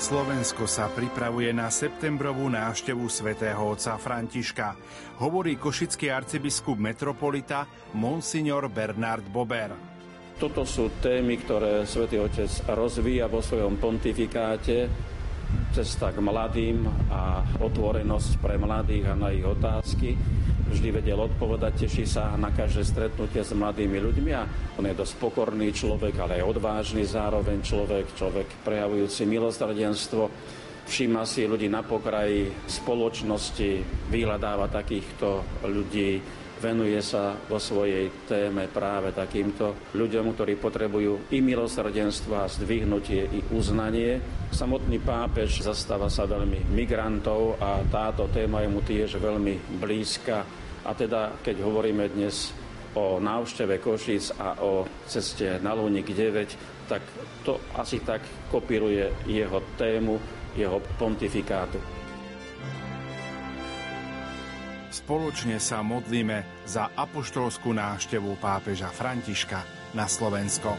Slovensko sa pripravuje na septembrovú návštevu svätého otca Františka, hovorí košický arcibiskup metropolita Monsignor Bernard Bober. Toto sú témy, ktoré svätý Otec rozvíja vo svojom pontifikáte, cesta k mladým a otvorenosť pre mladých a na ich otázky. Vždy vedel odpovedať, teší sa na každé stretnutie s mladými ľuďmi a on je dosť pokorný človek, ale aj odvážny zároveň človek prejavujúci milosrdenstvo. Všíma si ľudí na pokraji spoločnosti, vyhľadáva takýchto ľudí, venuje sa vo svojej téme práve takýmto ľuďom, ktorí potrebujú i milosrdenstvo a zdvihnutie, i uznanie. Samotný pápež zastáva sa veľmi migrantov a táto téma je mu tiež veľmi blízka. A teda, keď hovoríme dnes o návšteve Košíc a o ceste na Luník 9, tak to asi tak kopíruje jeho tému, jeho pontifikátu. Spoločne sa modlíme za apoštolskú návštevu pápeža Františka na Slovensko.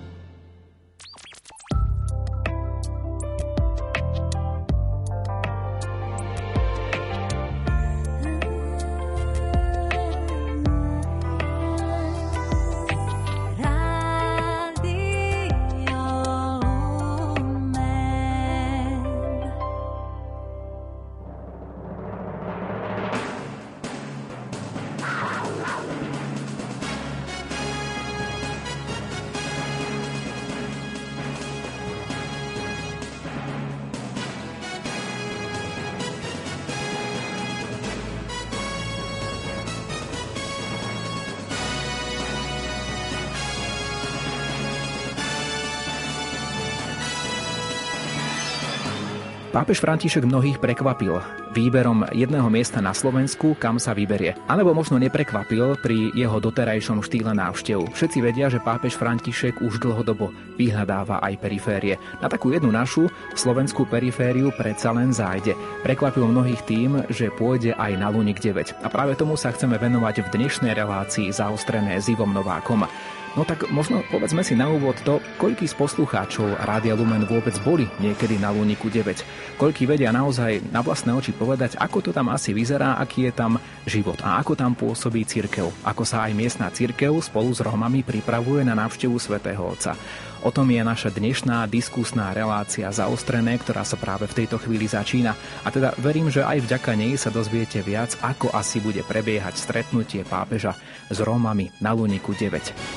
Pápež František mnohých prekvapil výberom jedného miesta na Slovensku, kam sa vyberie. Alebo možno neprekvapil pri jeho doterajšom štýle návštev. Všetci vedia, že pápež František už dlhodobo vyhľadáva aj periférie. Na takú jednu našu slovenskú perifériu predsa len zájde. Prekvapil mnohých tým, že pôjde aj na Luník 9. A práve tomu sa chceme venovať v dnešnej relácii zaostrené s Ivom Novákom. No tak možno povedzme si na úvod to, koľký z poslucháčov Rádia Lumen vôbec boli niekedy na Luníku 9. Koľký vedia naozaj na vlastné oči povedať, ako to tam asi vyzerá, aký je tam život a ako tam pôsobí cirkev. Ako sa aj miestna cirkev spolu s Rómami pripravuje na návštevu svätého Otca. O tom je naša dnešná diskusná relácia Zaostrené, ktorá sa práve v tejto chvíli začína. A teda verím, že aj vďaka nej sa dozviete viac, ako asi bude prebiehať stretnutie pápeža s Rómami na Luníku 9.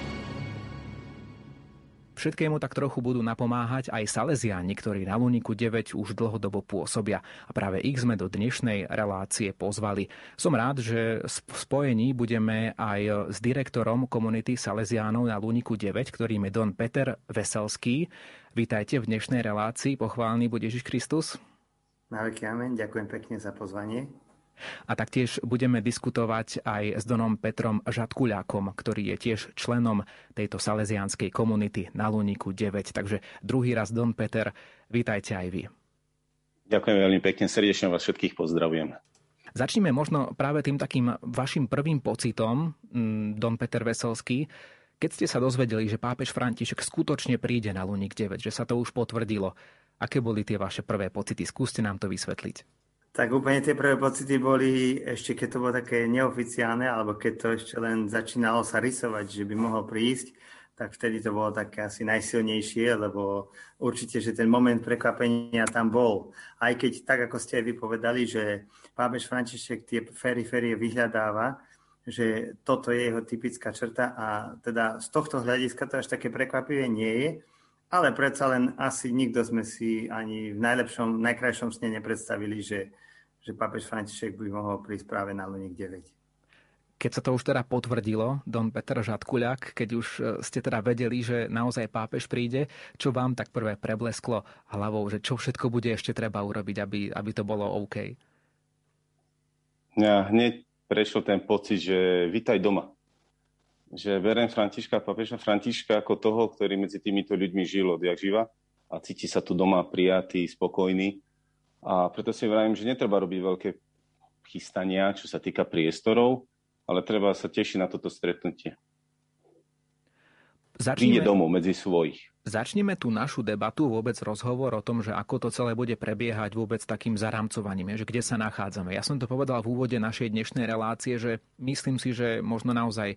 Všetkému tak trochu budú napomáhať aj Salesiáni, ktorí na Luníku 9 už dlhodobo pôsobia. A práve ich sme do dnešnej relácie pozvali. Som rád, že v spojení budeme aj s direktorom komunity Salesiánov na Luníku 9, ktorým je Don Peter Veselský. Vítajte v dnešnej relácii. Pochválený buď Ježiš Kristus. Na veky amen. Ďakujem pekne za pozvanie. A taktiež budeme diskutovať aj s Donom Petrom Žatkuľákom, ktorý je tiež členom tejto salesiánskej komunity na Luníku 9. Takže druhý raz, Don Peter, vítajte aj vy. Ďakujem veľmi pekne, srdečne vás všetkých pozdravujem. Začnime možno práve tým takým vašim prvým pocitom, Don Peter Veselský. Keď ste sa dozvedeli, že pápež František skutočne príde na Luník 9, že sa to už potvrdilo, aké boli tie vaše prvé pocity? Skúste nám to vysvetliť. Tak úplne tie prvé pocity boli, ešte keď to bolo také neoficiálne, alebo keď to ešte len začínalo sa rysovať, že by mohol prísť, tak vtedy to bolo také asi najsilnejšie, lebo určite, že ten moment prekvapenia tam bol. Aj keď, tak ako ste aj vypovedali, že pápež František tie periférie vyhľadáva, že toto je jeho typická črta a teda z tohto hľadiska to až také prekvapivé nie je, ale predsa len asi nikto sme si ani v najkrajšom sne nepredstavili, že pápež František by mohol prísť práve na Luník 9. Keď sa to už teda potvrdilo, Don Peter Žatkuľák, keď už ste teda vedeli, že naozaj pápež príde, čo vám tak prvé preblesklo hlavou, že čo všetko bude ešte treba urobiť, aby to bolo OK? Ja hneď prešiel ten pocit, že vítaj doma. Že beriem Františka, pápeža Františka ako toho, ktorý medzi týmito ľuďmi žil odjak živa a cíti sa tu doma prijatý, spokojný. A preto si vravím, že netreba robiť veľké chystania, čo sa týka priestorov, ale treba sa tešiť na toto stretnutie. príde domov medzi svojich. Začneme tú našu debatu, vôbec rozhovor o tom, že ako to celé bude prebiehať vôbec takým zaramcovaním, že kde sa nachádzame. Ja som to povedal v úvode našej dnešnej relácie, že myslím si, že možno naozaj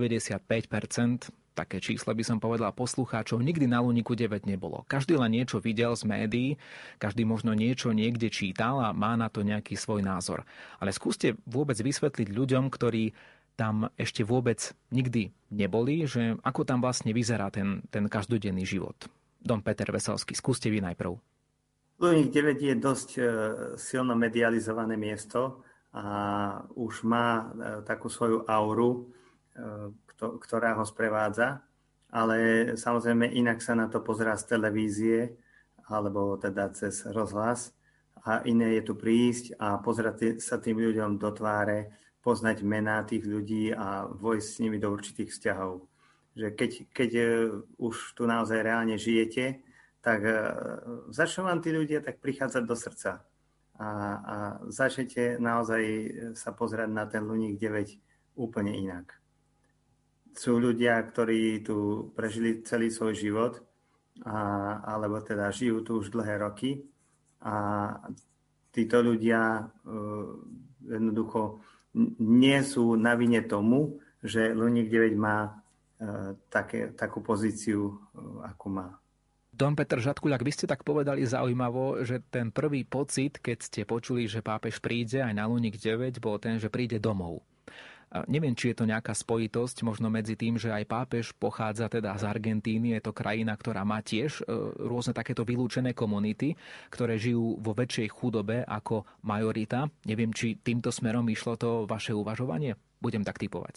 95%, také číslo by som povedal, poslucháčov nikdy na Luníku 9 nebolo. Každý len niečo videl z médií, každý možno niečo niekde čítal a má na to nejaký svoj názor. Ale skúste vôbec vysvetliť ľuďom, ktorí tam ešte vôbec nikdy neboli, že ako tam vlastne vyzerá ten každodenný život. Dom Peter Veselský, skúste vy najprv. Luník 9 je dosť silno medializované miesto a už má takú svoju auru, ktorá ho sprevádza, ale samozrejme inak sa na to pozerá z televízie alebo teda cez rozhlas a iné je tu prísť a pozerať sa tým ľuďom do tváre, poznať mená tých ľudí a vojsť s nimi do určitých vzťahov. Že keď už tu naozaj reálne žijete, tak začnú vám tí ľudia tak prichádzať do srdca. A začnete naozaj sa pozerať na ten Luník 9 úplne inak. Sú ľudia, ktorí tu prežili celý svoj život, alebo teda žijú tu už dlhé roky a títo ľudia jednoducho nie sú na vine tomu, že Luník 9 má takú pozíciu, akú má. Don Peter Žatkuľak, vy ste tak povedali zaujímavo, že ten prvý pocit, keď ste počuli, že pápež príde aj na Luník 9, bol ten, že príde domov. Neviem, či je to nejaká spojitosť možno medzi tým, že aj pápež pochádza teda z Argentíny, je to krajina, ktorá má tiež rôzne takéto vylúčené komunity, ktoré žijú vo väčšej chudobe ako majorita. Neviem, či týmto smerom išlo to vaše uvažovanie? Budem tak typovať.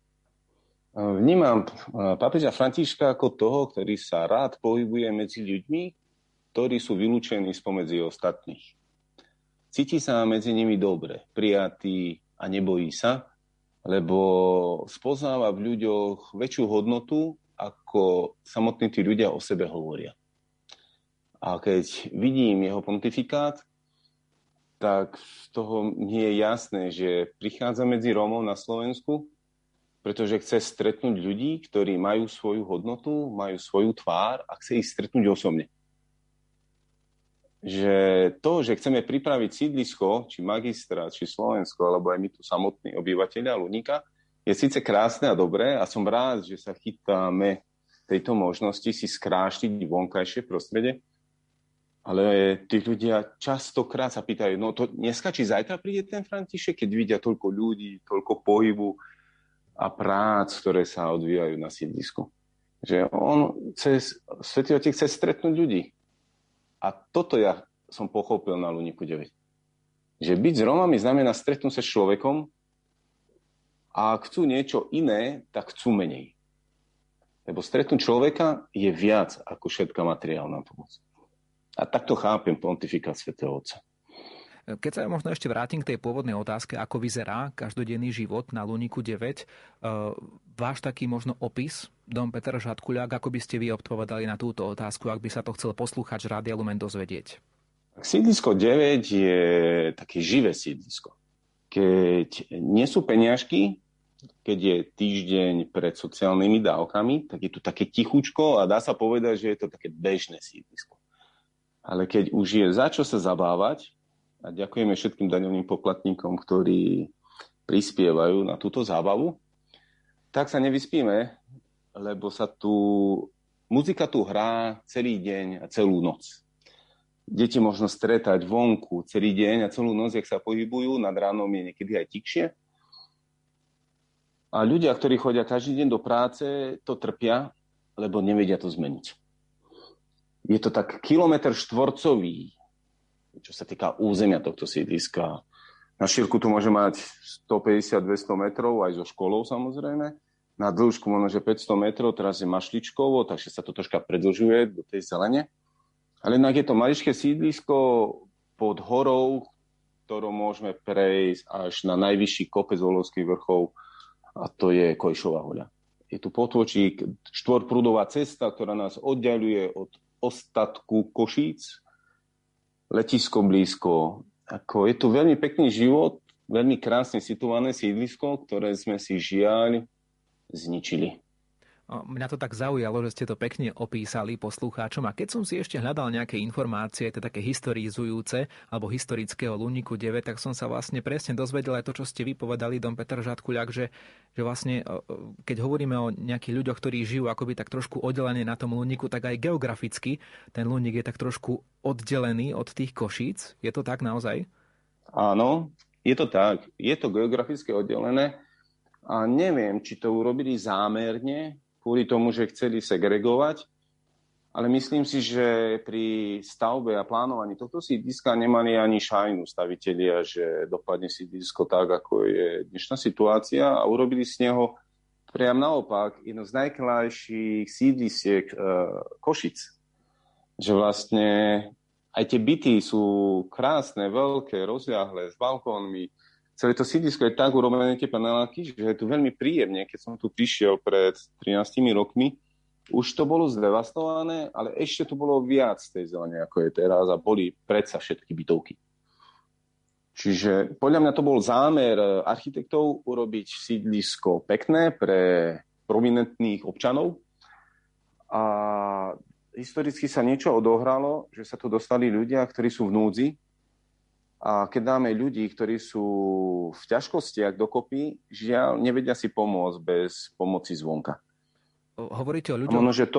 Vnímam pápeža Františka ako toho, ktorý sa rád pohybuje medzi ľuďmi, ktorí sú vylúčení spomedzi ostatných. Cíti sa medzi nimi dobre, prijatý a nebojí sa, lebo spoznáva v ľuďoch väčšiu hodnotu, ako samotní tí ľudia o sebe hovoria. A keď vidím jeho pontifikát, tak z toho nie je jasné, že prichádza medzi Rómov na Slovensku, pretože chce stretnúť ľudí, ktorí majú svoju hodnotu, majú svoju tvár a chce ich stretnúť osobne. Že to, že chceme pripraviť sídlisko, či magistrát, či Slovensko, alebo aj my tu samotní obyvateľia Luníka, je síce krásne a dobré a som rád, že sa chytáme tejto možnosti si skráštiť vonkajšie prostredie, ale tí ľudia častokrát sa pýtajú, no to dneska či zajtra príde ten František, keď vidia toľko ľudí, toľko pohybu a prác, ktoré sa odvíjajú na sídlisku. Že on Svätý Otec chce stretnúť ľudí. A toto ja som pochopil na Luníku 9. Že byť s Rómami znamená stretnúť sa s človekom a ak chcú niečo iné, tak chcú menej. Lebo stretnúť človeka je viac ako všetká materiálna pomoc. A takto chápem pontifikát svätého Otca. Keď sa možno ešte vrátim k tej pôvodnej otázke, ako vyzerá každodenný život na Luníku 9, váš taký možno opis, Dom Peter Žatkuľak, ako by ste vy odpovedali na túto otázku, ak by sa to chcel poslúchať Rádia Lumen dozvedieť? Sídlisko 9 je také živé sídlisko. Keď nie sú peniažky, keď je týždeň pred sociálnymi dávkami, tak je tu také tichučko a dá sa povedať, že je to také bežné sídlisko. Ale keď už je za čo sa zabávať, a ďakujeme všetkým daňovým poplatníkom, ktorí prispievajú na túto zábavu, tak sa nevyspíme, lebo muzika tu hrá celý deň a celú noc. Deti možno stretať vonku celý deň a celú noc, jak sa pohybujú, nad ránom je niekedy aj tikšie. A ľudia, ktorí chodia každý deň do práce, to trpia, lebo nevedia to zmeniť. Je to tak kilometr štvorcový, čo sa týka územia tohto sídliska. Na šírku tu môže mať 150-200 metrov, aj so školou samozrejme. Na dĺžku možno, že 500 metrov, teraz je mašličkovo, takže sa to troška predĺžuje do tej zelene. Ale inak je to maličké sídlisko pod horou, ktorom môžeme prejsť až na najvyšší kopec Olovských vrchov, a to je Kojšová hoľa. Je tu potôčik, štvorprúdová cesta, ktorá nás oddiaľuje od ostatku Košíc, letisko blízko. Je tu veľmi pekný život, veľmi krásne situované sídlisko, ktoré sme si žiaľ zničili. Mňa to tak zaujalo, že ste to pekne opísali poslucháčom a keď som si ešte hľadal nejaké informácie, to také historizujúce alebo historické o Luníku 9, tak som sa vlastne presne dozvedel aj to, čo ste vypovedali, Dom Peter Žatkuľak, že vlastne keď hovoríme o nejakých ľuďoch, ktorí žijú akoby tak trošku oddelené na tom Luníku, tak aj geograficky ten Luník je tak trošku oddelený od tých Košíc. Je to tak naozaj? Áno, je to tak. Je to geograficky oddelené a neviem, či to urobili zámerne, kvôli tomu, že chceli segregovať, ale myslím si, že pri stavbe a plánovaní tohto sídliska nemali ani šajnu stavitelia, že dopadne sídlisko tak, ako je dnešná situácia a urobili z neho priam naopak jedno z najkrajších sídlisiek Košic. Že vlastne aj tie byty sú krásne, veľké, rozľahlé, s balkónmi. Celé to sídlisko je tak urobené tie paneláky, že je tu veľmi príjemne. Keď som tu prišiel pred 13 rokmi, už to bolo zdevastované, ale ešte tu bolo viac tej zelene, ako je teraz a boli predsa všetky bytovky. Čiže podľa mňa to bol zámer architektov urobiť sídlisko pekné pre prominentných občanov a historicky sa niečo odohralo, že sa tu dostali ľudia, ktorí sú v núdzi. A keď dáme ľudí, ktorí sú v ťažkostiach dokopy, žiaľ, nevedia si pomôcť bez pomoci zvonka. Hovoríte o ľuďoch?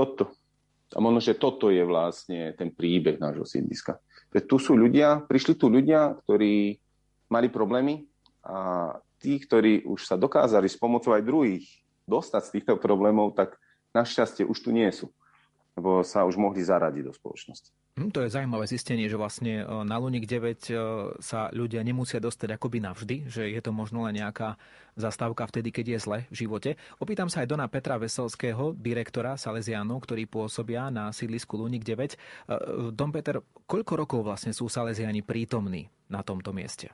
A možno, že toto je vlastne ten príbeh nášho sídliska. Prišli tu ľudia, ktorí mali problémy a tí, ktorí už sa dokázali s pomocou aj druhých dostať z týchto problémov, tak našťastie už tu nie sú, lebo sa už mohli zaradiť do spoločnosti. To je zaujímavé zistenie, že vlastne na Luník 9 sa ľudia nemusia dostať akoby navždy, že je to možno len nejaká zastávka vtedy, keď je zle v živote. Opýtam sa aj Dona Petra Veselského, direktora Salesiánov, ktorí pôsobia na sídlisku Luník 9. Don Peter, koľko rokov vlastne sú Salesiáni prítomní na tomto mieste?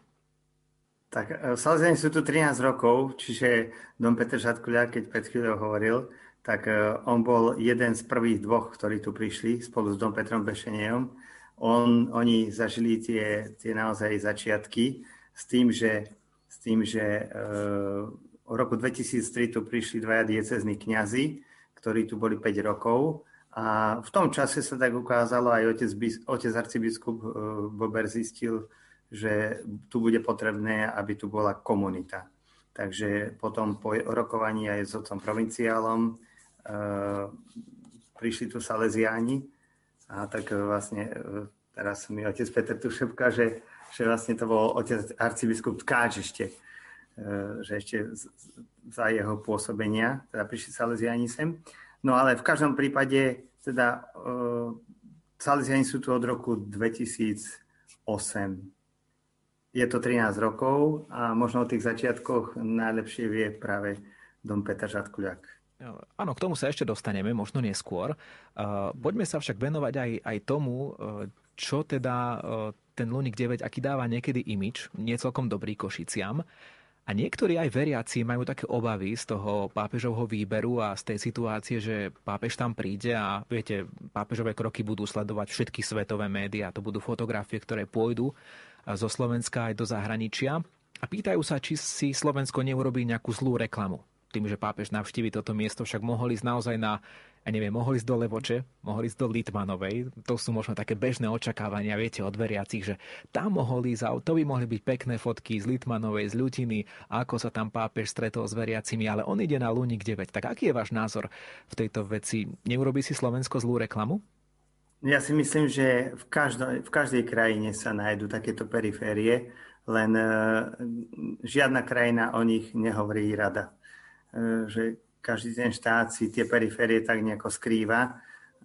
Tak Salesiáni sú tu 13 rokov, čiže Don Peter Žatkuľak, keď pred chvíľou hovoril, tak on bol jeden z prvých dvoch, ktorí tu prišli spolu s Dom Petrom Bešeniejom. Oni zažili tie naozaj začiatky s tým, že v roku 2003 tu prišli dvaja diecézni kňazi, ktorí tu boli 5 rokov. A v tom čase sa tak ukázalo, aj otec arcibiskup Bober zistil, že tu bude potrebné, aby tu bola komunita. Takže potom po rokovaní aj s otcom provinciálom prišli tu Salesiáni a tak vlastne teraz mi otec Peter tu šepká, že vlastne to bol otec arcibiskup Tkáč ešte, že ešte za jeho pôsobenia teda prišli Salesiáni sem. No ale v každom prípade teda Salesiáni sú tu od roku 2008. Je to 13 rokov a možno o tých začiatkoch najlepšie vie práve Dom Peter Žatkuľak. Áno, k tomu sa ešte dostaneme, možno neskôr. Poďme sa však venovať aj tomu, čo teda ten Luník 9, aký dáva niekedy imič, nie celkom dobrý Košiciam. A niektorí aj veriaci majú také obavy z toho pápežovho výberu a z tej situácie, že pápež tam príde a viete, pápežové kroky budú sledovať všetky svetové médiá, to budú fotografie, ktoré pôjdu zo Slovenska aj do zahraničia. A pýtajú sa, či si Slovensko neurobí nejakú zlú reklamu. Tým, že pápež navštívi toto miesto, však mohol ísť naozaj mohol ísť do Levoče, mohol ísť do Litmanovej. To sú možno také bežné očakávania, viete, od veriacich, že tam mohol ísť a to by mohli byť pekné fotky z Litmanovej, z Ľutiny, ako sa tam pápež stretol s veriacimi, ale on ide na Luník 9. Tak aký je váš názor v tejto veci? Neurobí si Slovensko zlú reklamu? Ja si myslím, že v každej krajine sa nájdú takéto periférie, len žiadna krajina o nich nehovorí rada. Že každý ten štát si tie periférie tak nejako skrýva,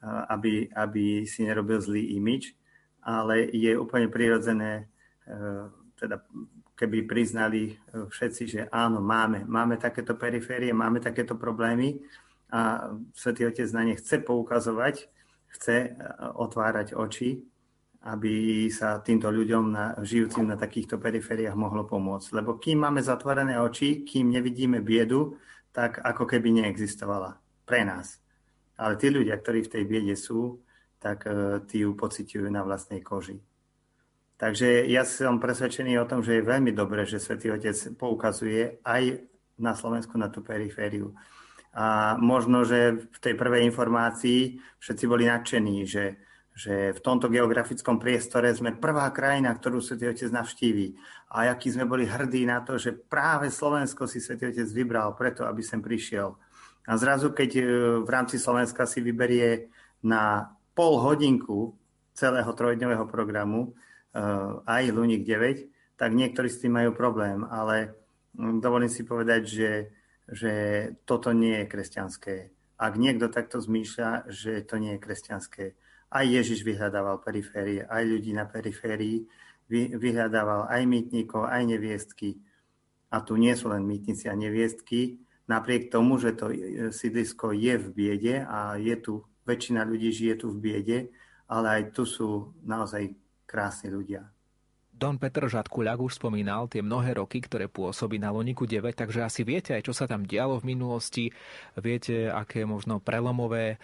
aby si nerobil zlý imič, ale je úplne prirodzené, teda keby priznali všetci, že áno, máme takéto periférie, máme takéto problémy a Svätý Otec na ne chce poukazovať, chce otvárať oči, aby sa týmto ľuďom žijúcim na takýchto perifériách mohlo pomôcť. Lebo kým máme zatvorené oči, kým nevidíme biedu, tak ako keby neexistovala pre nás. Ale tí ľudia, ktorí v tej biede sú, tak tí ju pociťujú na vlastnej koži. Takže ja som presvedčený o tom, že je veľmi dobré, že Svätý Otec poukazuje aj na Slovensku na tú perifériu. A možno, že v tej prvej informácii všetci boli nadšení, že v tomto geografickom priestore sme prvá krajina, ktorú Svätý Otec navštíví. A akí sme boli hrdí na to, že práve Slovensko si Svätý Otec vybral preto, aby sem prišiel. A zrazu, keď v rámci Slovenska si vyberie na pol hodinku celého trojdňového programu aj Luník 9, tak niektorí s tým majú problém. Ale dovolím si povedať, že toto nie je kresťanské. Ak niekto takto zmýšľa, že to nie je kresťanské. Aj Ježiš vyhľadával periférie, aj ľudí na periférii, vyhľadával aj mýtnikov, aj neviestky. A tu nie sú len mýtnici a neviestky, napriek tomu, že to sídlisko je v biede a väčšina ľudí žije tu v biede, ale aj tu sú naozaj krásni ľudia. Don Peter Žatkuľak už spomínal tie mnohé roky, ktoré pôsobí na Luníku 9, takže asi viete aj, čo sa tam dialo v minulosti. Viete, aké možno prelomové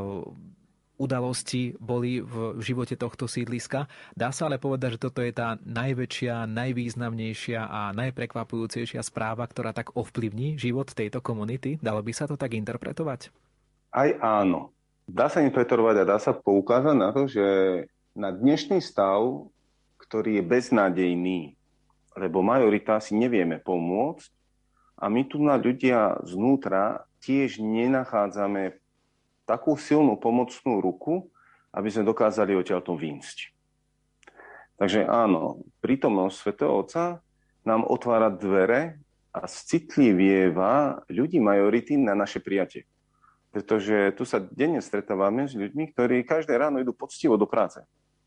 udalosti boli v živote tohto sídliska. Dá sa ale povedať, že toto je tá najväčšia, najvýznamnejšia a najprekvapujúcejšia správa, ktorá tak ovplyvní život tejto komunity? Dalo by sa to tak interpretovať? Aj áno. Dá sa interpretovať a dá sa poukázať na to, že na dnešný stav, ktorý je beznádejný, lebo majorita si nevieme pomôcť a my tu na ľudia znútra tiež nenachádzame takú silnú pomocnú ruku, aby sme dokázali odtiaľto výjsť. Takže áno, prítomnosť Svätého Otca nám otvára dvere a citlivieva ľudí majority na naše prijatie. Pretože tu sa denne stretávame s ľuďmi, ktorí každé ráno idú poctivo do práce.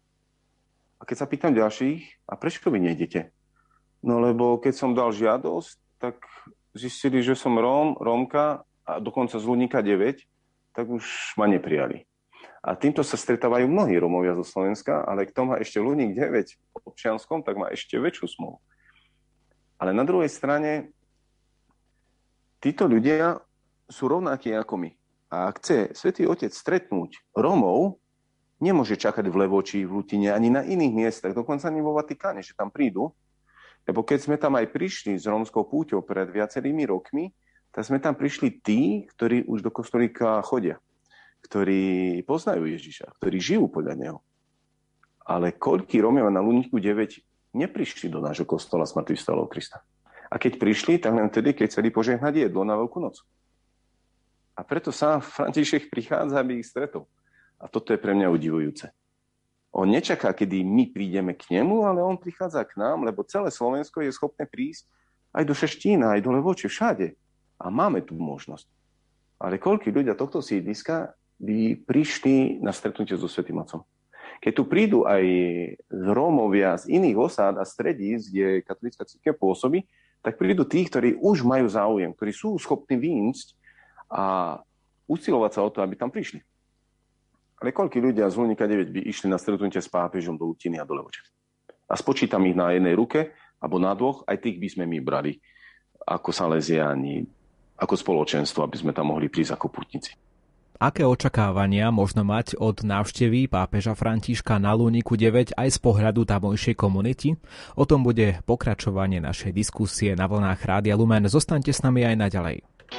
A keď sa pýtam ďalších, a prečo vy nejdete? No lebo keď som dal žiadosť, tak zistili, že som Rómka a dokonca z Luníka 9, tak už ma neprijali. A týmto sa stretávajú mnohí Rómovia zo Slovenska, ale kto má ešte Luník 9 v občianskom, tak má ešte väčšiu smolu. Ale na druhej strane, títo ľudia sú rovnakí ako my. A ak chce Svätý Otec stretnúť Rómov, nemôže čakať v Levoči, v Lutine, ani na iných miestach, dokonca ani vo Vatikáne, že tam prídu. Lebo keď sme tam aj prišli s rómskou púťou pred viacerými rokmi, tak sme tam prišli tí, ktorí už do kostolíka chodia, ktorí poznajú Ježiša, ktorí žijú podľa neho. Ale koľkí Rómovia na Luníku 9 neprišli do nášho kostola smrtvých vstalého Krista. A keď prišli, tak len vtedy, keď chceli požehnať jedlo na Veľkú noc. A preto sám František prichádza, aby ich stretol. A toto je pre mňa udivujúce. On nečaká, kedy my prídeme k nemu, ale on prichádza k nám, lebo celé Slovensko je schopné prísť aj do Šeštína, aj do Levoče, všade. A máme tu možnosť. Ale koľkí ľudia tohto sídliska by prišli na stretnutie so Svätým Otcom? Keď tu prídu aj Rómovia z iných osád a stredíc, kde katolícka cirkev pôsobí, tak prídu tí, ktorí už majú záujem, ktorí sú schopní výjsť a usilovať sa o to, aby tam prišli. Ale koľkí ľudia z Luníka 9 by išli na stretnutie s pápežom do Lutiny a do Levoče? A spočítam ich na jednej ruke, alebo na dvoch, aj tých by sme my brali ako Salesiáni, ako spoločenstvo, aby sme tam mohli prísť ako putníci. Aké očakávania možno mať od návštevy pápeža Františka na Luníku 9 aj z pohľadu tamojšej komunity? O tom bude pokračovanie našej diskusie na vlnách Rádia Lumen. Zostaňte s nami aj naďalej.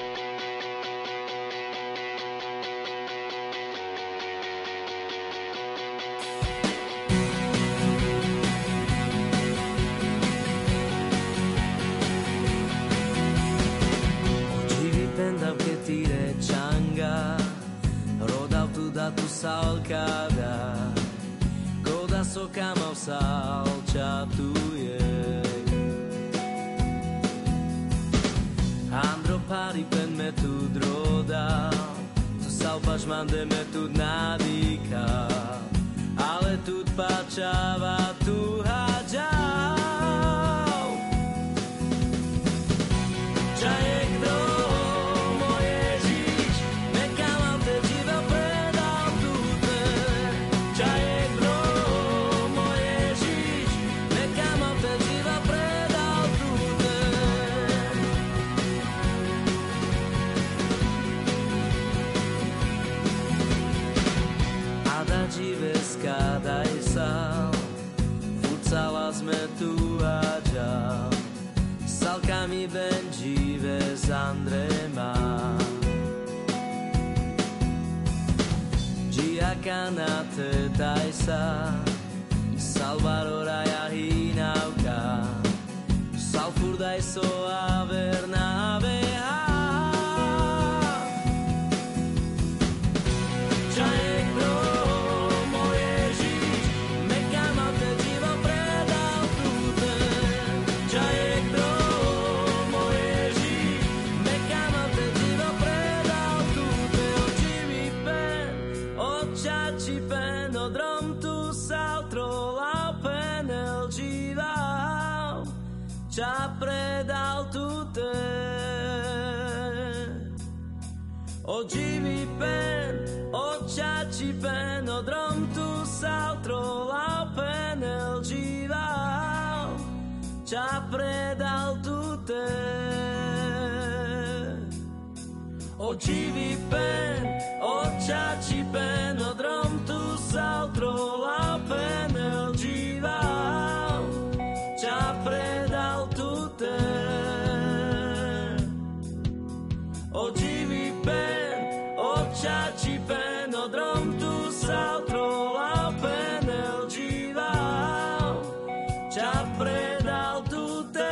Mandeme tu nadika, ale tu pačava tu hađao. Čajek do moje žič, neka vám te živa predal tute. Čajek do moje žič, neka vám te živa predal tute. Živeska daj sa, fucala sme tu a džal, salkami ben žive z Andrema. Sacanate dai sa Salvadora ja hinavka Salfur daj so a verná veha Čajek bro moje žiť Meka ma te živo predal túte Čajek bro moje žiť Meka ma te živo predal túte Oči mi pen, očači pen Odrom tu sal trola penel žival Ča predal túte Oživi pen, očači pen Odrom tu sal trola penel žival Ča predal túte Oživi pen, očači pen Odrom tu sal trola penel žival Ča predal túte Oživi pen, očači pen Odrom tu sal trola penel žival Ča predal túte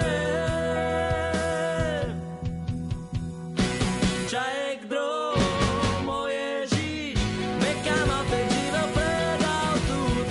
Čajek dro moje žiť Meka ma te živo predal túte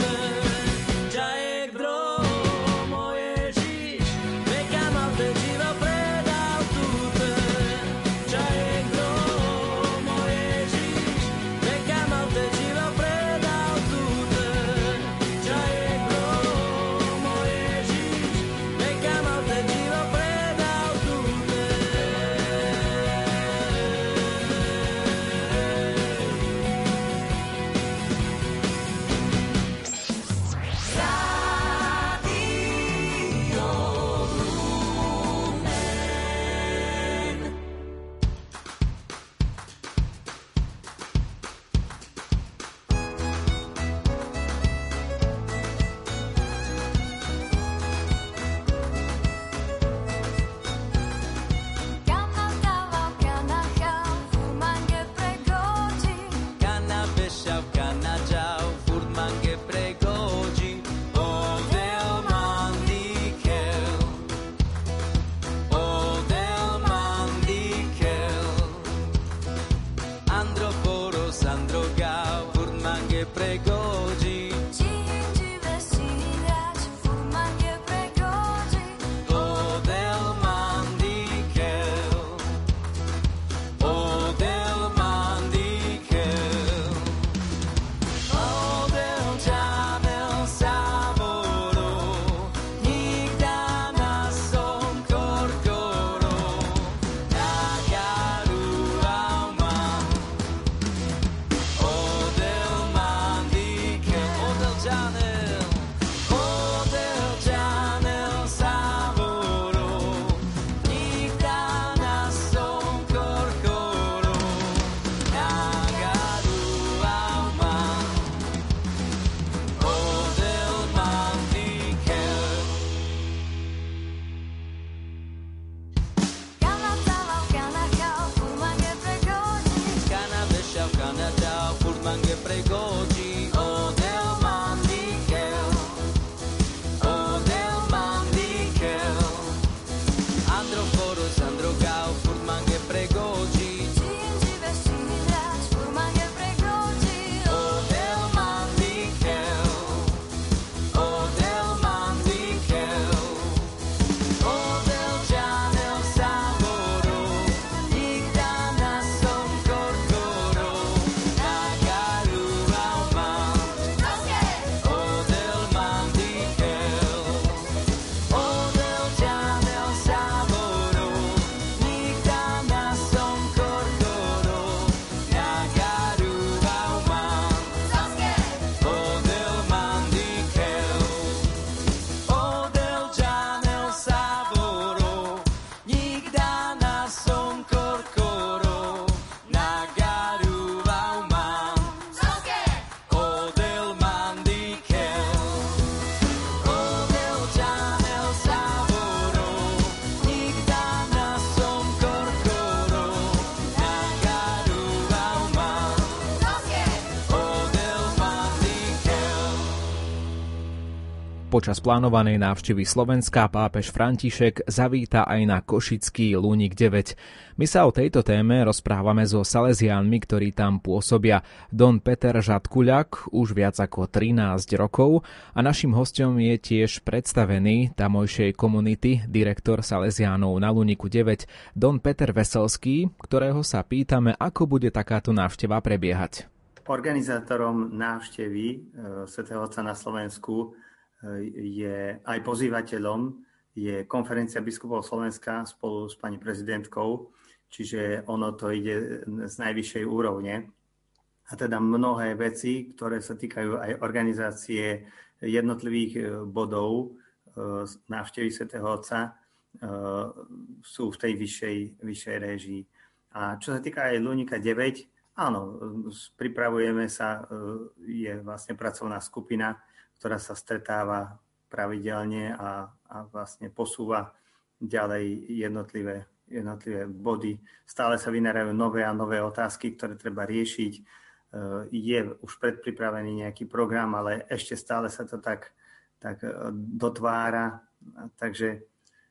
Počas plánovanej návštevy Slovenska pápež František zavíta aj na košický Luník 9. My sa o tejto téme rozprávame so Salesiánmi, ktorí tam pôsobia. Don Peter Žatkuľak už viac ako 13 rokov a naším hosťom je tiež predstavený tamojšej komunity, direktor Salesiánov na Luníku 9, Don Peter Veselský, ktorého sa pýtame, ako bude takáto návšteva prebiehať. Organizátorom návštevy svätého Otca na Slovensku je aj pozývateľom je Konferencia biskupov Slovenska spolu s pani prezidentkou, čiže ono to ide z najvyššej úrovne. A teda mnohé veci, ktoré sa týkajú aj organizácie jednotlivých bodov návštevy svätého Otca, sú v tej vyššej réžii. A čo sa týka aj Luníka 9, áno, pripravujeme sa, je vlastne pracovná skupina, ktorá sa stretáva pravidelne a vlastne posúva ďalej jednotlivé body. Stále sa vynárajú nové a nové otázky, ktoré treba riešiť. Je už predpripravený nejaký program, ale ešte stále sa to tak dotvára. Takže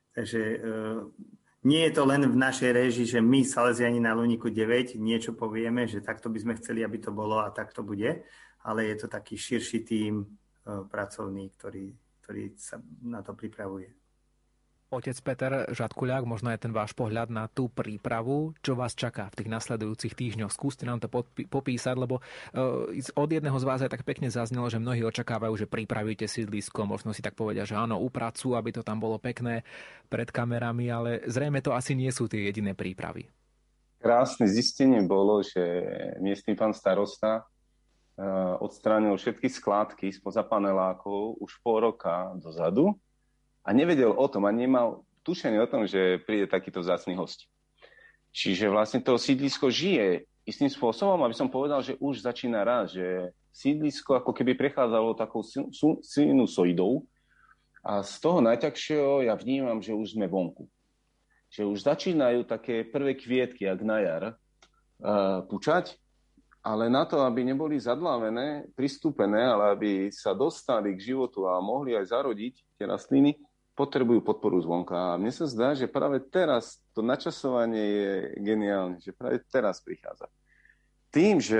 nie je to len v našej réžii, že my, Salesiani na Luníku 9, niečo povieme, že takto by sme chceli, aby to bolo a tak to bude, ale je to taký širší tím pracovný, ktorý sa na to pripravuje. Otec Peter Žatkuľak, možno je ten váš pohľad na tú prípravu, čo vás čaká v tých nasledujúcich týždňoch. Skúste nám to popísať, lebo od jedného z vás aj tak pekne zaznelo, že mnohí očakávajú, že pripravíte sídlisko, možno si tak povedia, že áno, upracujú, aby to tam bolo pekné pred kamerami, ale zrejme to asi nie sú tie jediné prípravy. Krásne zistenie bolo, že miestny pán starosta odstránil všetky skládky spoza panelákov už pol roka dozadu a nevedel o tom a nemal tušenie o tom, že príde takýto vzácny hosť. Čiže vlastne to sídlisko žije istým spôsobom, aby som povedal, že už začína raz, že sídlisko ako keby prechádzalo takou sinusoidou a z toho najťažšieho ja vnímam, že už sme vonku. Že už začínajú také prvé kvietky, jak na jar, pučať, ale na to, aby neboli zadlávené, pristúpené, ale aby sa dostali k životu a mohli aj zarodiť tie rastliny, potrebujú podporu zvonka. A mne sa zdá, že práve teraz to načasovanie je geniálne, že práve teraz prichádza. Tým, že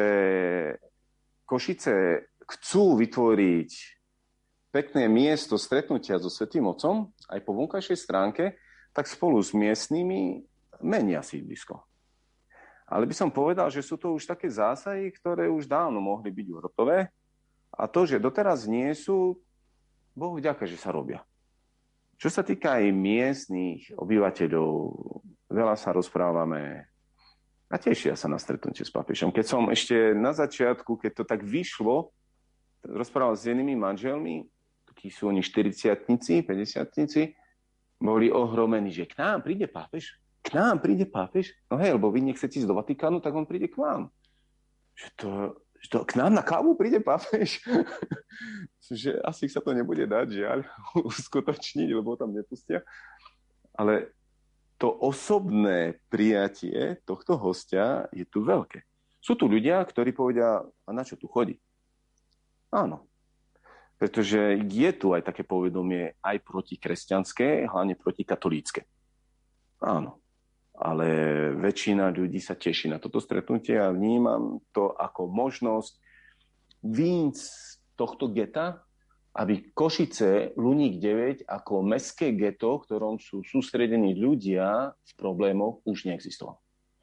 Košice chcú vytvoriť pekné miesto stretnutia so Svätým Otcom, aj po vonkajšej stránke, tak spolu s miestnymi menia sídlisko. Ale by som povedal, že sú to už také zásahy, ktoré už dávno mohli byť hotové. A to, že doteraz nie sú, Bohu vďaka, že sa robia. Čo sa týka aj miestnych obyvateľov, veľa sa rozprávame a tešia sa na stretnutie s pápežom. Keď som ešte na začiatku, keď to tak vyšlo, rozprával s jednými manželmi, takí sú oni 40-tnici, 50-tnici, boli ohromení, že k nám príde pápež. K nám príde pápež? No hej, lebo vy nechcete ísť do Vatikánu, tak on príde k vám. Že to k nám na kávu príde pápež? Že asi sa to nebude dať, žiaľ, uskutočniť, lebo tam nepustia. Ale to osobné prijatie tohto hostia je tu veľké. Sú tu ľudia, ktorí povedia, a na čo tu chodí? Áno. Pretože je tu aj také povedomie aj protikresťanské, hlavne protikatolícke. Áno. Ale väčšina ľudí sa teší na toto stretnutie a vnímam to ako možnosť výjsť z tohto geta, aby Košice, Luník 9 ako mestské geto, v ktorom sú sústredení ľudia v problémoch, už neexistovalo.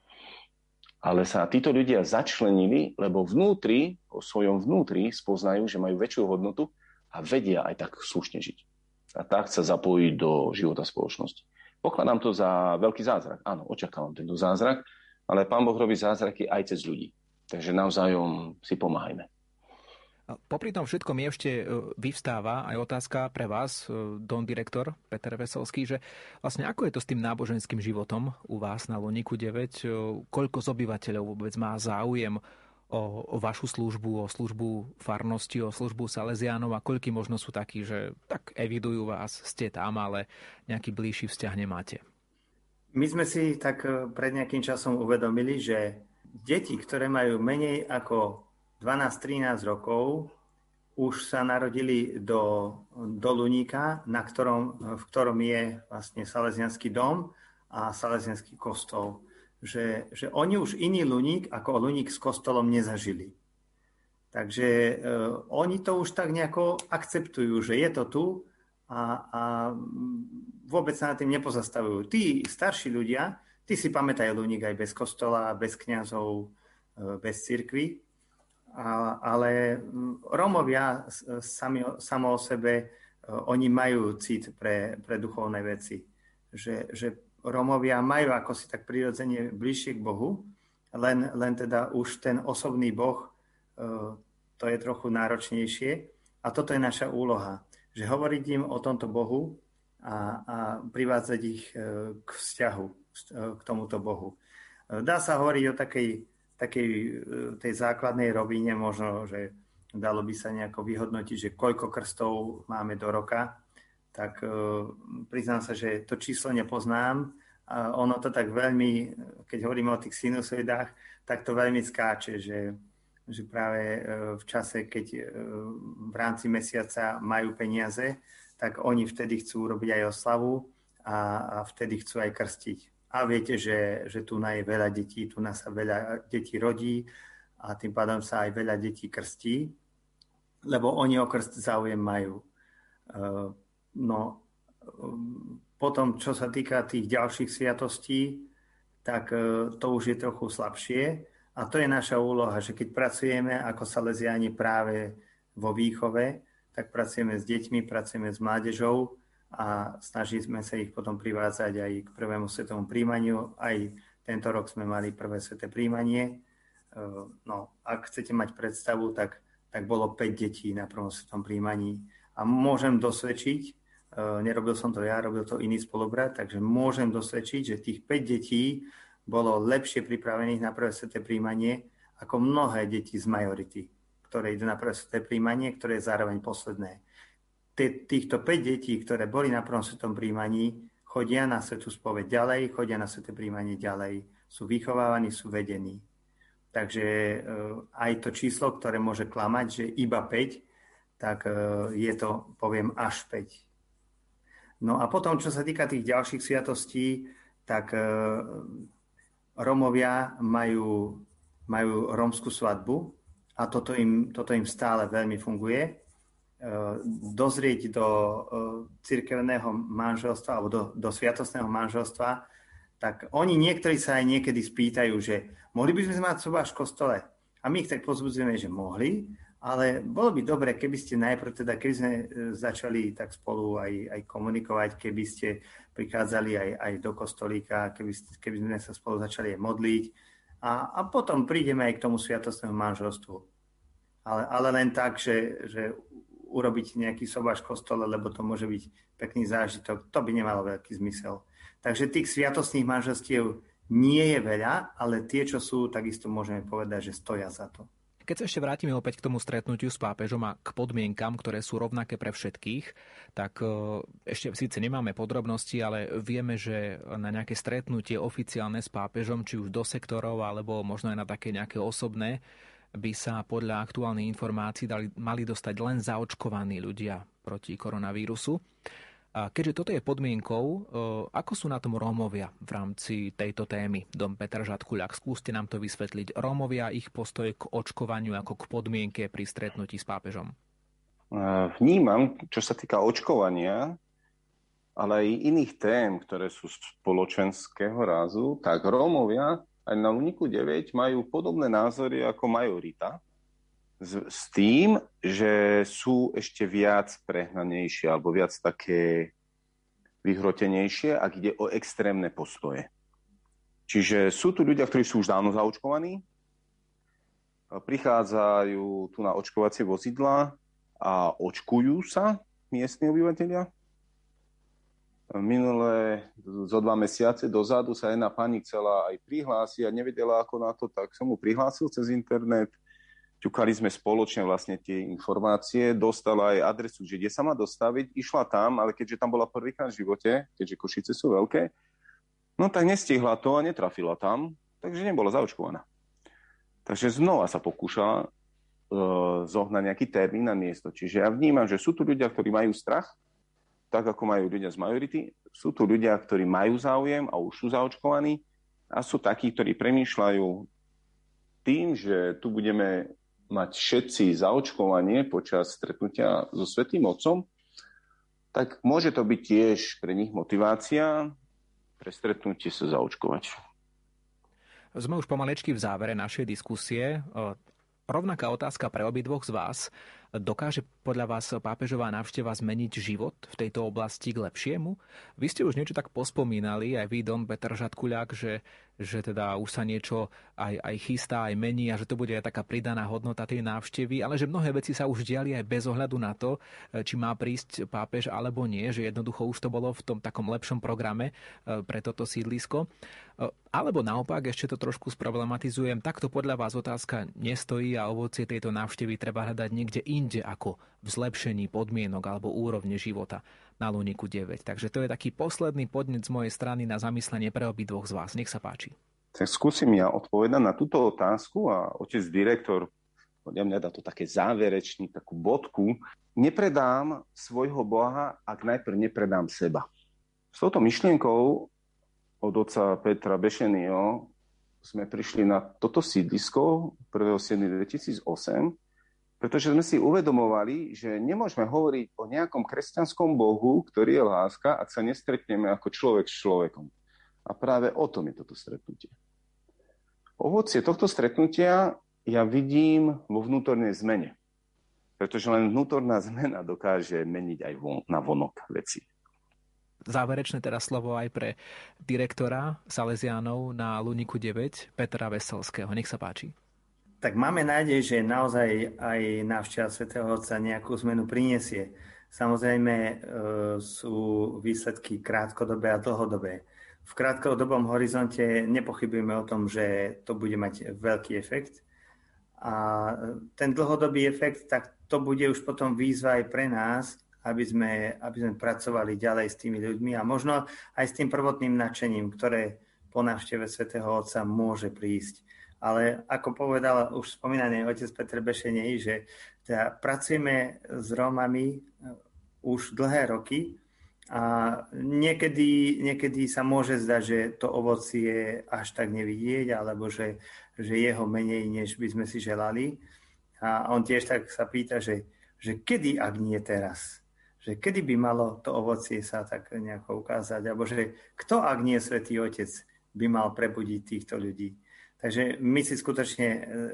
Ale sa títo ľudia začlenili, lebo vnútri, o svojom vnútri spoznajú, že majú väčšiu hodnotu a vedia aj tak slušne žiť. A tak sa zapojiť do života spoločnosti. Pokladám to za veľký zázrak. Áno, očakávam tento zázrak, ale Pán Boh robí zázraky aj cez ľudí. Takže navzájom si pomáhajme. Popri tom všetkom ešte vyvstáva aj otázka pre vás, don direktor Peter Veselský, že vlastne ako je to s tým náboženským životom u vás na Luníku 9? Koľko z obyvateľov vôbec má záujem o vašu službu, o službu farnosti, o službu Salesiánov a koľky možno sú takí, že tak evidujú vás, ste tam, ale nejaký bližší vzťah nemáte? My sme si tak pred nejakým časom uvedomili, že deti, ktoré majú menej ako 12-13 rokov, už sa narodili do Luníka, v ktorom je vlastne Salesiansky dom a Salesiansky kostol. Že oni už iný Luník ako Luník s kostolom nezažili. Takže oni to už tak nejako akceptujú, že je to tu a vôbec sa nad tým nepozastavujú. Tí starší ľudia, tí si pamätajú Luník aj bez kostola, bez kňazov, bez cirkvi. Ale Rómovia samo o sebe, oni majú cit pre duchovné veci. Že Rómovia majú ako si tak prirodzene bližšie k Bohu, len teda už ten osobný Boh, to je trochu náročnejšie. A toto je naša úloha, že hovoriť im o tomto Bohu a privádzať ich k vzťahu, k tomuto Bohu. Dá sa hovoriť o takej tej základnej rovine, možno, že dalo by sa nejako vyhodnotiť, že koľko krstov máme do roka, tak priznám sa, že to číslo nepoznám. Ono to tak veľmi, keď hovoríme o tých sinusoidách, tak to veľmi skáče, že práve v čase, keď v rámci mesiaca majú peniaze, tak oni vtedy chcú robiť aj oslavu a vtedy chcú aj krstiť. A viete, že tu je veľa detí, tu sa veľa detí rodí a tým pádom sa aj veľa detí krstí, lebo oni o krst záujem majú. Potom, čo sa týka tých ďalších sviatostí, tak to už je trochu slabšie. A to je naša úloha, že keď pracujeme ako Salesiáni práve vo výchove, tak pracujeme s deťmi, pracujeme s mládežou, a snažíme sa ich potom privádzať aj k prvému svetovému príjmaniu. Aj tento rok sme mali prvé sveté príjmanie. Ak chcete mať predstavu, tak bolo 5 detí na prvom svetovom príjmaní. A môžem dosvedčiť, nerobil som to ja, robil to iný spolubrat, takže môžem dosvedčiť, že tých 5 detí bolo lepšie pripravených na prvé sveté príjmanie ako mnohé deti z majority, ktoré idú na prvé sveté príjmanie, ktoré je zároveň posledné. Týchto 5 detí, ktoré boli na prvom svetom príjmaní, chodia na svätú spoveď ďalej, chodia na sveté príjmanie ďalej, sú vychovávaní, sú vedení. Takže aj to číslo, ktoré môže klamať, že iba 5, tak je to, poviem, až 5. No a potom, čo sa týka tých ďalších sviatostí, tak Rómovia majú rómsku svadbu a toto im stále veľmi funguje. Dozrieť do cirkevného manželstva alebo do sviatostného manželstva, tak oni niektorí sa aj niekedy spýtajú, že mohli by sme mať sobáš v kostole. A my ich tak pozbudzujeme, že mohli, ale bolo by dobre, keby ste najprv teda, keby sme začali tak spolu aj komunikovať, keby ste prichádzali aj do kostolíka, keby sme sa spolu začali aj modliť a potom prídeme aj k tomu sviatostnému manželstvu. Ale len tak, že urobiť nejaký sobáš v kostole, lebo to môže byť pekný zážitok. To by nemalo veľký zmysel. Takže tých sviatostných manželstiev nie je veľa, ale tie, čo sú, takisto môžeme povedať, že stoja za to. Keď sa ešte vrátime opäť k tomu stretnutiu s pápežom a k podmienkam, ktoré sú rovnaké pre všetkých, tak ešte síce nemáme podrobnosti, ale vieme, že na nejaké stretnutie oficiálne s pápežom, či už do sektorov, alebo možno aj na také nejaké osobné, by sa podľa aktuálnych informácií mali dostať len zaočkovaní ľudia proti koronavírusu. A keďže toto je podmienkou, ako sú na tom Rómovia v rámci tejto témy? Dom Peter Žatkuľak, skúste nám to vysvetliť. Rómovia, ich postoj k očkovaniu ako k podmienke pri stretnutí s pápežom. Vnímam, čo sa týka očkovania, ale aj iných tém, ktoré sú spoločenského rázu, tak Rómovia aj na Luníku 9 majú podobné názory ako majorita, s tým, že sú ešte viac prehnanejšie alebo viac také vyhrotenejšie, ak ide o extrémne postoje. Čiže sú tu ľudia, ktorí sú už dávno zaočkovaní, prichádzajú tu na očkovacie vozidlá a očkujú sa miestni obyvateľia. Minulé zo 2 mesiace dozadu sa jedna pani chcela aj prihlásiť a nevedela ako na to, tak som mu prihlásil cez internet. Ťukali sme spoločne vlastne tie informácie, dostala aj adresu, že kde sa má dostaviť, išla tam, ale keďže tam bola prvýkrát v živote, keďže Košice sú veľké, no tak nestihla to a netrafila tam, takže nebola zaočkovaná. Takže znova sa pokúšala zohnať nejaký termín na miesto. Čiže ja vnímam, že sú tu ľudia, ktorí majú strach, tak ako majú ľudia z majority. Sú tu ľudia, ktorí majú záujem a už sú zaočkovaní. A sú takí, ktorí premýšľajú tým, že tu budeme mať všetci zaočkovanie počas stretnutia so Svätým Otcom, tak môže to byť tiež pre nich motivácia pre stretnutie sa zaočkovať. Sme už pomalečky v závere našej diskusie. Rovnaká otázka pre obidvoch z vás. Dokáže podľa vás pápežová návšteva zmeniť život v tejto oblasti k lepšiemu? Vy ste už niečo tak pospomínali, aj vy, Don Peter Žatkuľák, že teda už sa niečo aj chystá, aj mení a že to bude aj taká pridaná hodnota tej návštevy, ale že mnohé veci sa už diali aj bez ohľadu na to, či má prísť pápež alebo nie, že jednoducho už to bolo v tom takom lepšom programe pre toto sídlisko. Alebo naopak, ešte to trošku sproblematizujem, takto podľa vás otázka nestojí a ovocie tejto návštevy treba hľadať niekde inde ako v zlepšení podmienok alebo úrovne života na Luníku 9. Takže to je taký posledný podnet z mojej strany na zamyslenie pre obidvoch z vás. Nech sa páči. Tak skúsim ja odpovedať na túto otázku a otec direktor podľa mňa dá to také záverečný, takú bodku. Nepredám svojho Boha, ak najprv nepredám seba. S touto myšlienkou od otca Petra Bešenyho sme prišli na toto sídlisko 1.7.2008, pretože sme si uvedomovali, že nemôžeme hovoriť o nejakom kresťanskom Bohu, ktorý je láska, ak sa nestretneme ako človek s človekom. A práve o tom je toto stretnutie. Ovocie tohto stretnutia ja vidím vo vnútornej zmene. Pretože len vnútorná zmena dokáže meniť aj na vonok veci. Záverečné teraz slovo aj pre direktora Salesiánov na Luníku 9, Petra Veselského. Nech sa páči. Tak máme nádej, že naozaj aj návšteva Svätého Otca nejakú zmenu prinesie. Samozrejme sú výsledky krátkodobé a dlhodobé. V krátkodobom horizonte nepochybujeme o tom, že to bude mať veľký efekt. A ten dlhodobý efekt, tak to bude už potom výzva aj pre nás, aby sme pracovali ďalej s tými ľuďmi a možno aj s tým prvotným nadšením, ktoré po návšteve Svätého Otca môže prísť. Ale ako povedal už spomínaný otec Peter Bešenej, že teda pracujeme s Rómami už dlhé roky a niekedy sa môže zdať, že to ovocie až tak nevidieť, alebo že jeho menej, než by sme si želali. A on tiež tak sa pýta, že kedy, ak nie teraz? Že kedy by malo to ovocie sa tak nejako ukázať, alebo že kto, ak nie Svätý Otec, by mal prebudiť týchto ľudí. Takže my si skutočne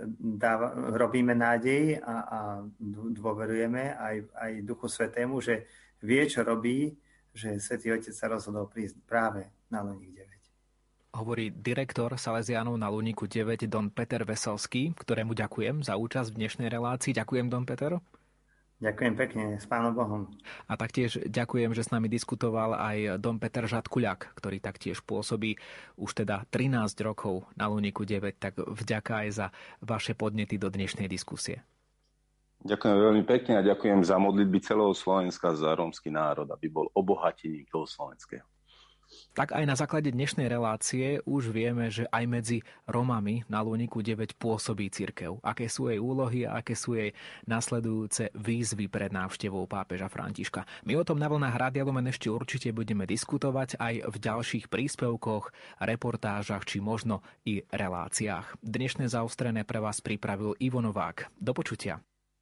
robíme nádej a dôverujeme aj Duchu Svätému, že vie, čo robí, že Svätý Otec sa rozhodol prísť práve na Luník 9. Hovorí direktor Salesiánov na Luníku 9 Don Peter Veselský, ktorému ďakujem za účasť v dnešnej relácii. Ďakujem, Don Peter. Ďakujem pekne, s Pánom Bohom. A taktiež ďakujem, že s nami diskutoval aj Don Peter Žatkuľák, ktorý taktiež pôsobí už teda 13 rokov na Luníku 9, tak vďaka aj za vaše podnety do dnešnej diskusie. Ďakujem veľmi pekne a ďakujem za modlitby celého Slovenska za rómsky národ, aby bol obohatením toho slovenského. Tak aj na základe dnešnej relácie už vieme, že aj medzi Rómami na Luníku 9 pôsobí cirkev. Aké sú jej úlohy a aké sú jej nasledujúce výzvy pred návštevou pápeža Františka. My o tom na vlnách Rádia Lumen ešte určite budeme diskutovať aj v ďalších príspevkoch, reportážach či možno i reláciách. Dnešné zaostrené pre vás pripravil Ivo Novák. Do počutia.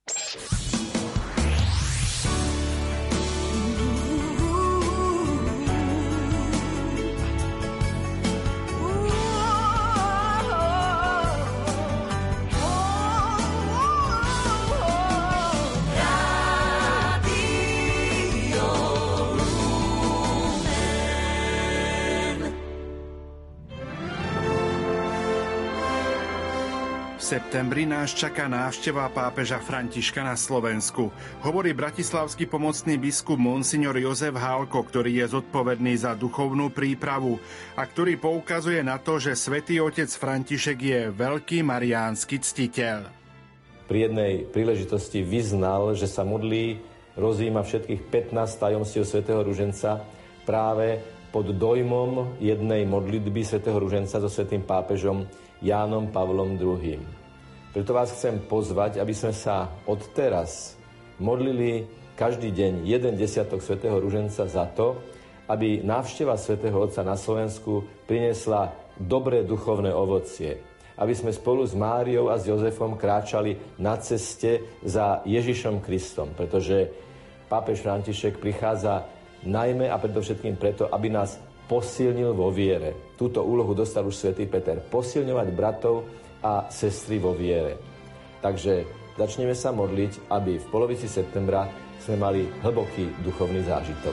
V septembri nás čaká návšteva pápeža Františka na Slovensku. Hovorí bratislavský pomocný biskup monsignor Jozef Hálko, ktorý je zodpovedný za duchovnú prípravu a ktorý poukazuje na to, že Svätý Otec František je veľký mariánsky ctiteľ. Pri jednej príležitosti vyznal, že sa modlí, rozjíma všetkých 15 tajomstiev svätého Ruženca práve pod dojmom jednej modlitby svätého Ruženca so svätým pápežom Jánom Pavlom II. Preto vás chcem pozvať, aby sme sa odteraz modlili každý deň jeden desiatok svätého Ruženca za to, aby návšteva svätého Otca na Slovensku priniesla dobré duchovné ovocie. Aby sme spolu s Máriou a s Jozefom kráčali na ceste za Ježišom Kristom. Pretože pápež František prichádza najmä a predovšetkým preto, aby nás posilnil vo viere. Túto úlohu dostal už svätý Peter. Posilňovať bratov a sestry vo viere. Takže začneme sa modliť, aby v polovici septembra sme mali hlboký duchovný zážitok.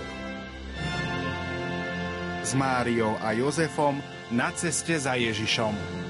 S Máriou a Jozefom na ceste za Ježišom.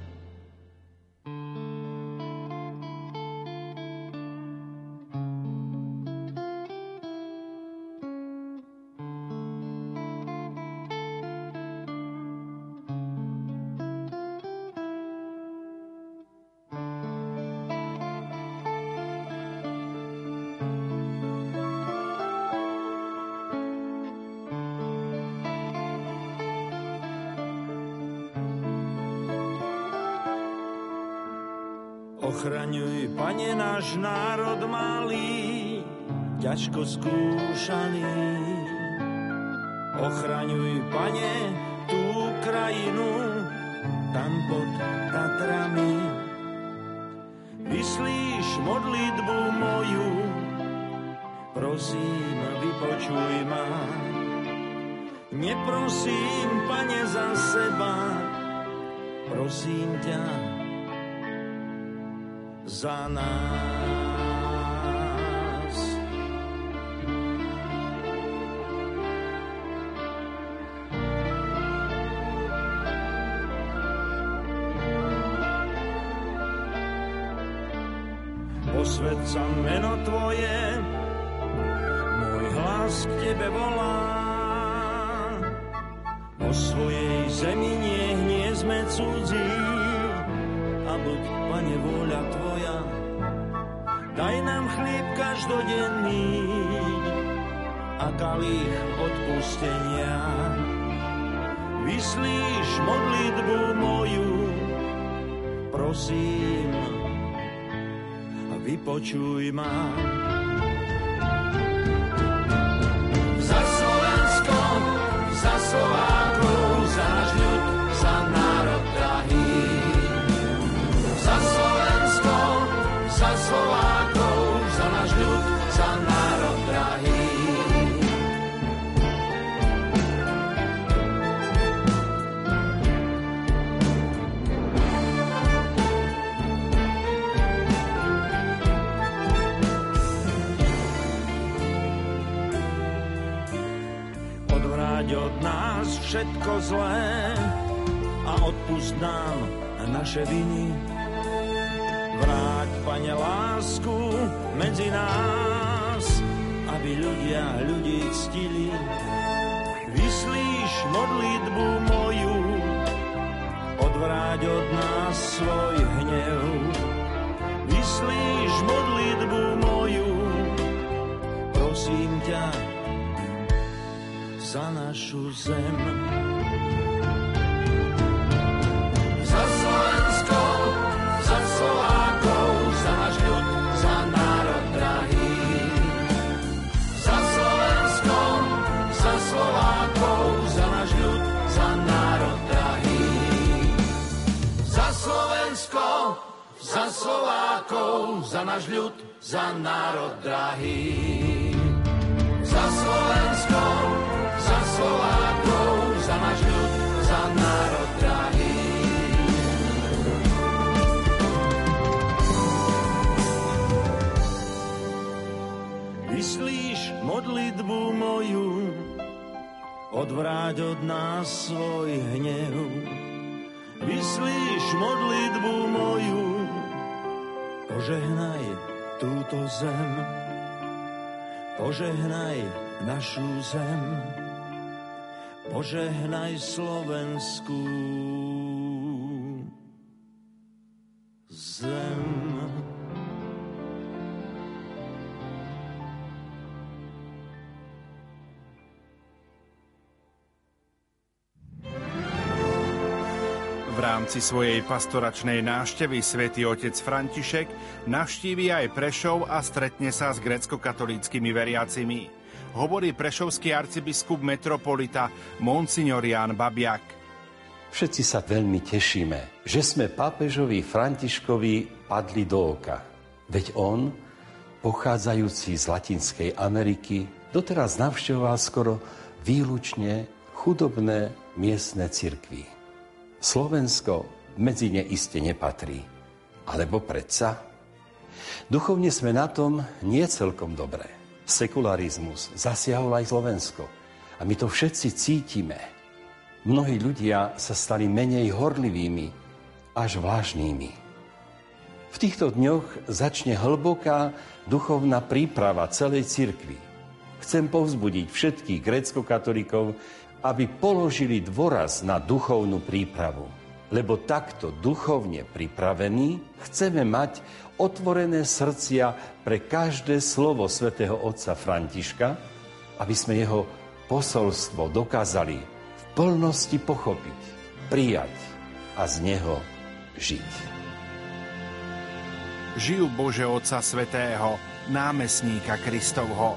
Ochraňuj, Pane, náš národ malý, ťažko skúšaný. Ochraňuj, Pane, tú krajinu, tam pod Tatrami. Vyslíš modlitbu moju, prosím, vypočuj ma. Neprosím, Pane, za seba, prosím ťa, za nás. Posväť sa meno Tvoje, môj hlas k Tebe volá. O svojej zemi nie sme cudzí, a buď, Pane, vôľa Tvoja. Daj nám chlieb každodenný a kalich odpustenia. Vyslíš modlitbu moju, prosím, a vypočuj ma. Za Slovensko, za Slovákov, za náš ľud, za národ drahý. Za Slovensko, za Slovákov, za náš ľud, za národ drahý. Odvráť od nás všetko zlé a odpusť nám naše viny. Vráť, Pane, lásku medzi nás, aby ľudia ľudí ctili. Vyslíš modlitbu moju, odvráť od nás svoj hnev. Vyslíš modlitbu moju, prosím ťa, za našu zem. Za Slovensko, za Slovákov, za náš ľud, za národ drahý. Za Slovensko, za Slovákov, za náš ľud, za národ drahý. Za Slovensko, za Slovákov, za náš ľud, za národ drahý. Za Slovensko, za Slovákov, za náš ľud, za národ drahý. Vyslíš modlitbu moju, odvráť od nás svoj hnev. Vyslíš modlitbu moju, požehnaj túto zem. Požehnaj našu zem. Požehnaj slovenskú zem. rámci svojej pastoračnej návštevy svätý otec František navštíví aj Prešov a stretne sa s grécko-katolíckymi veriacimi. Hovorí prešovský arcibiskup metropolita Monsignor Ján Babiak. Všetci sa veľmi tešíme, že sme pápežovi Františkovi padli do oka. Veď on, pochádzajúci z Latinskej Ameriky, doteraz navštevoval skoro výlučne chudobné miestne cirkvi. Slovensko medzi ne iste nepatrí. Alebo predsa? Duchovne sme na tom nie celkom dobré. Sekularizmus zasiahol aj Slovensko. A my to všetci cítime. Mnohí ľudia sa stali menej horlivými, až vážnými. V týchto dňoch začne hlboká duchovná príprava celej cirkvi. Chcem povzbudiť všetkých grécko-katolíkov, aby položili dôraz na duchovnú prípravu. Lebo takto duchovne pripravení chceme mať otvorené srdcia pre každé slovo svätého otca Františka, aby sme jeho posolstvo dokázali v plnosti pochopiť, prijať a z neho žiť. Žijú Bože Otca Svätého, námestníka Kristovho.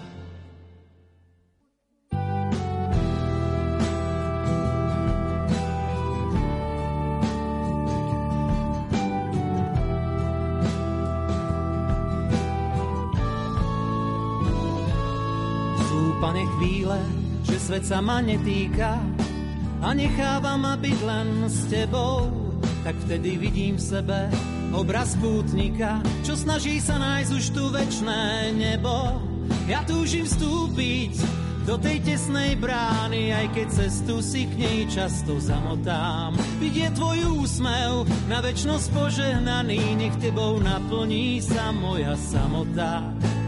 Pane, chvíle, že svet sa ma netýka a necháva ma byť len s tebou, tak vtedy vidím v sebe obraz pútnika, čo snaží sa nájsť už tu večné nebo. Ja túžim vstúpiť do tej tesnej brány, aj keď cestu si k nej často zamotám. Vidieť tvoj úsmev na večnosť požehnaný, nech tebou naplní sa moja samota.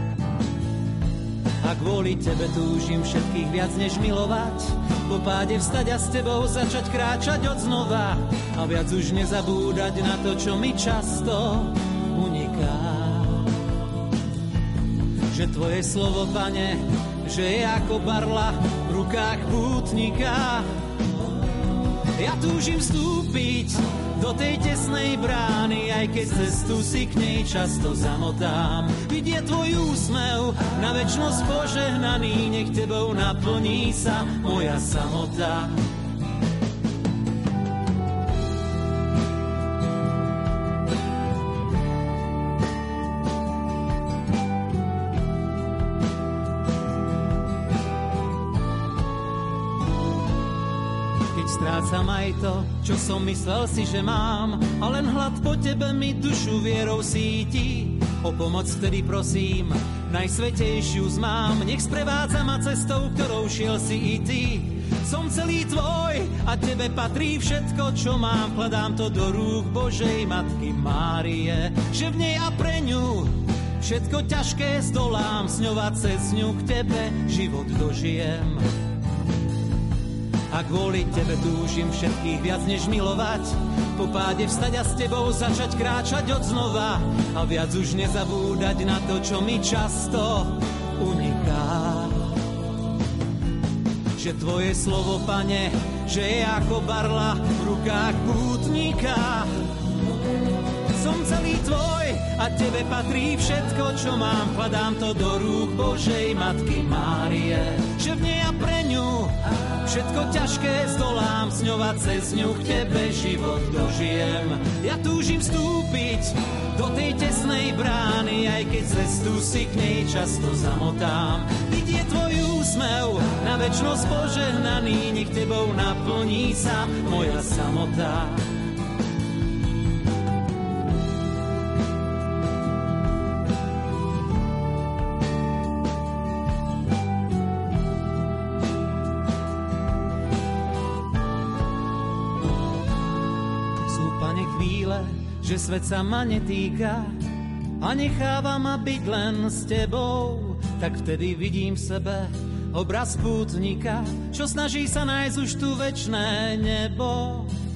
A kvôli tebe túžim všetkých viac než milovať, po páde vstať a s tebou začať kráčať od znova a viac už nezabúdať na to, čo mi často uniká. Že tvoje slovo, Pane, že je ako barla v rukách pútnika. Ja túžim vstúpiť do tej tesnej brány, aj keď cestu si k nej často zamotám. Vidieť tvoj úsmev na večnosť požehnaný, nech tebou naplní sa moja samota. Strácam aj to, čo som myslel si, že mám, a len hlad po tebe mi dušu vierou síti. O pomoc vtedy prosím, najsvätejšiu zmám, nech sprevádza ma cestou, ktorou šiel si i ty. Som celý tvoj a tebe patrí všetko, čo mám, kladám to do rúk Božej Matky Márie, že v nej a pre ňu všetko ťažké zdolám, s ňou a cez ňu k tebe život dožijem. A kvôli tebe túžim všetkých viac než milovať, po páde vstať a s tebou začať kráčať od znova a viac už nezabúdať na to, čo mi často uniká. Že tvoje slovo, Pane, že je ako barla v rukách pútnika. Som celý tvoj a tebe patrí všetko, čo mám, kladám to do rúk Božej Matky Márie, že v nej a pre ňu všetko ťažké zdolám, s ňou a cez ňu k tebe život dožijem. Ja túžim vstúpiť do tej tesnej brány, aj keď cestu si k nej často zamotám. Vidieť tvoj úsmev na večnosť požehnaný, nech tebou naplní sa moja samota. Že svet sa ma netýka a necháva ma byť len s tebou, tak vtedy vidím v sebe obraz pútnika, čo snaží sa nájsť už tu večné nebo.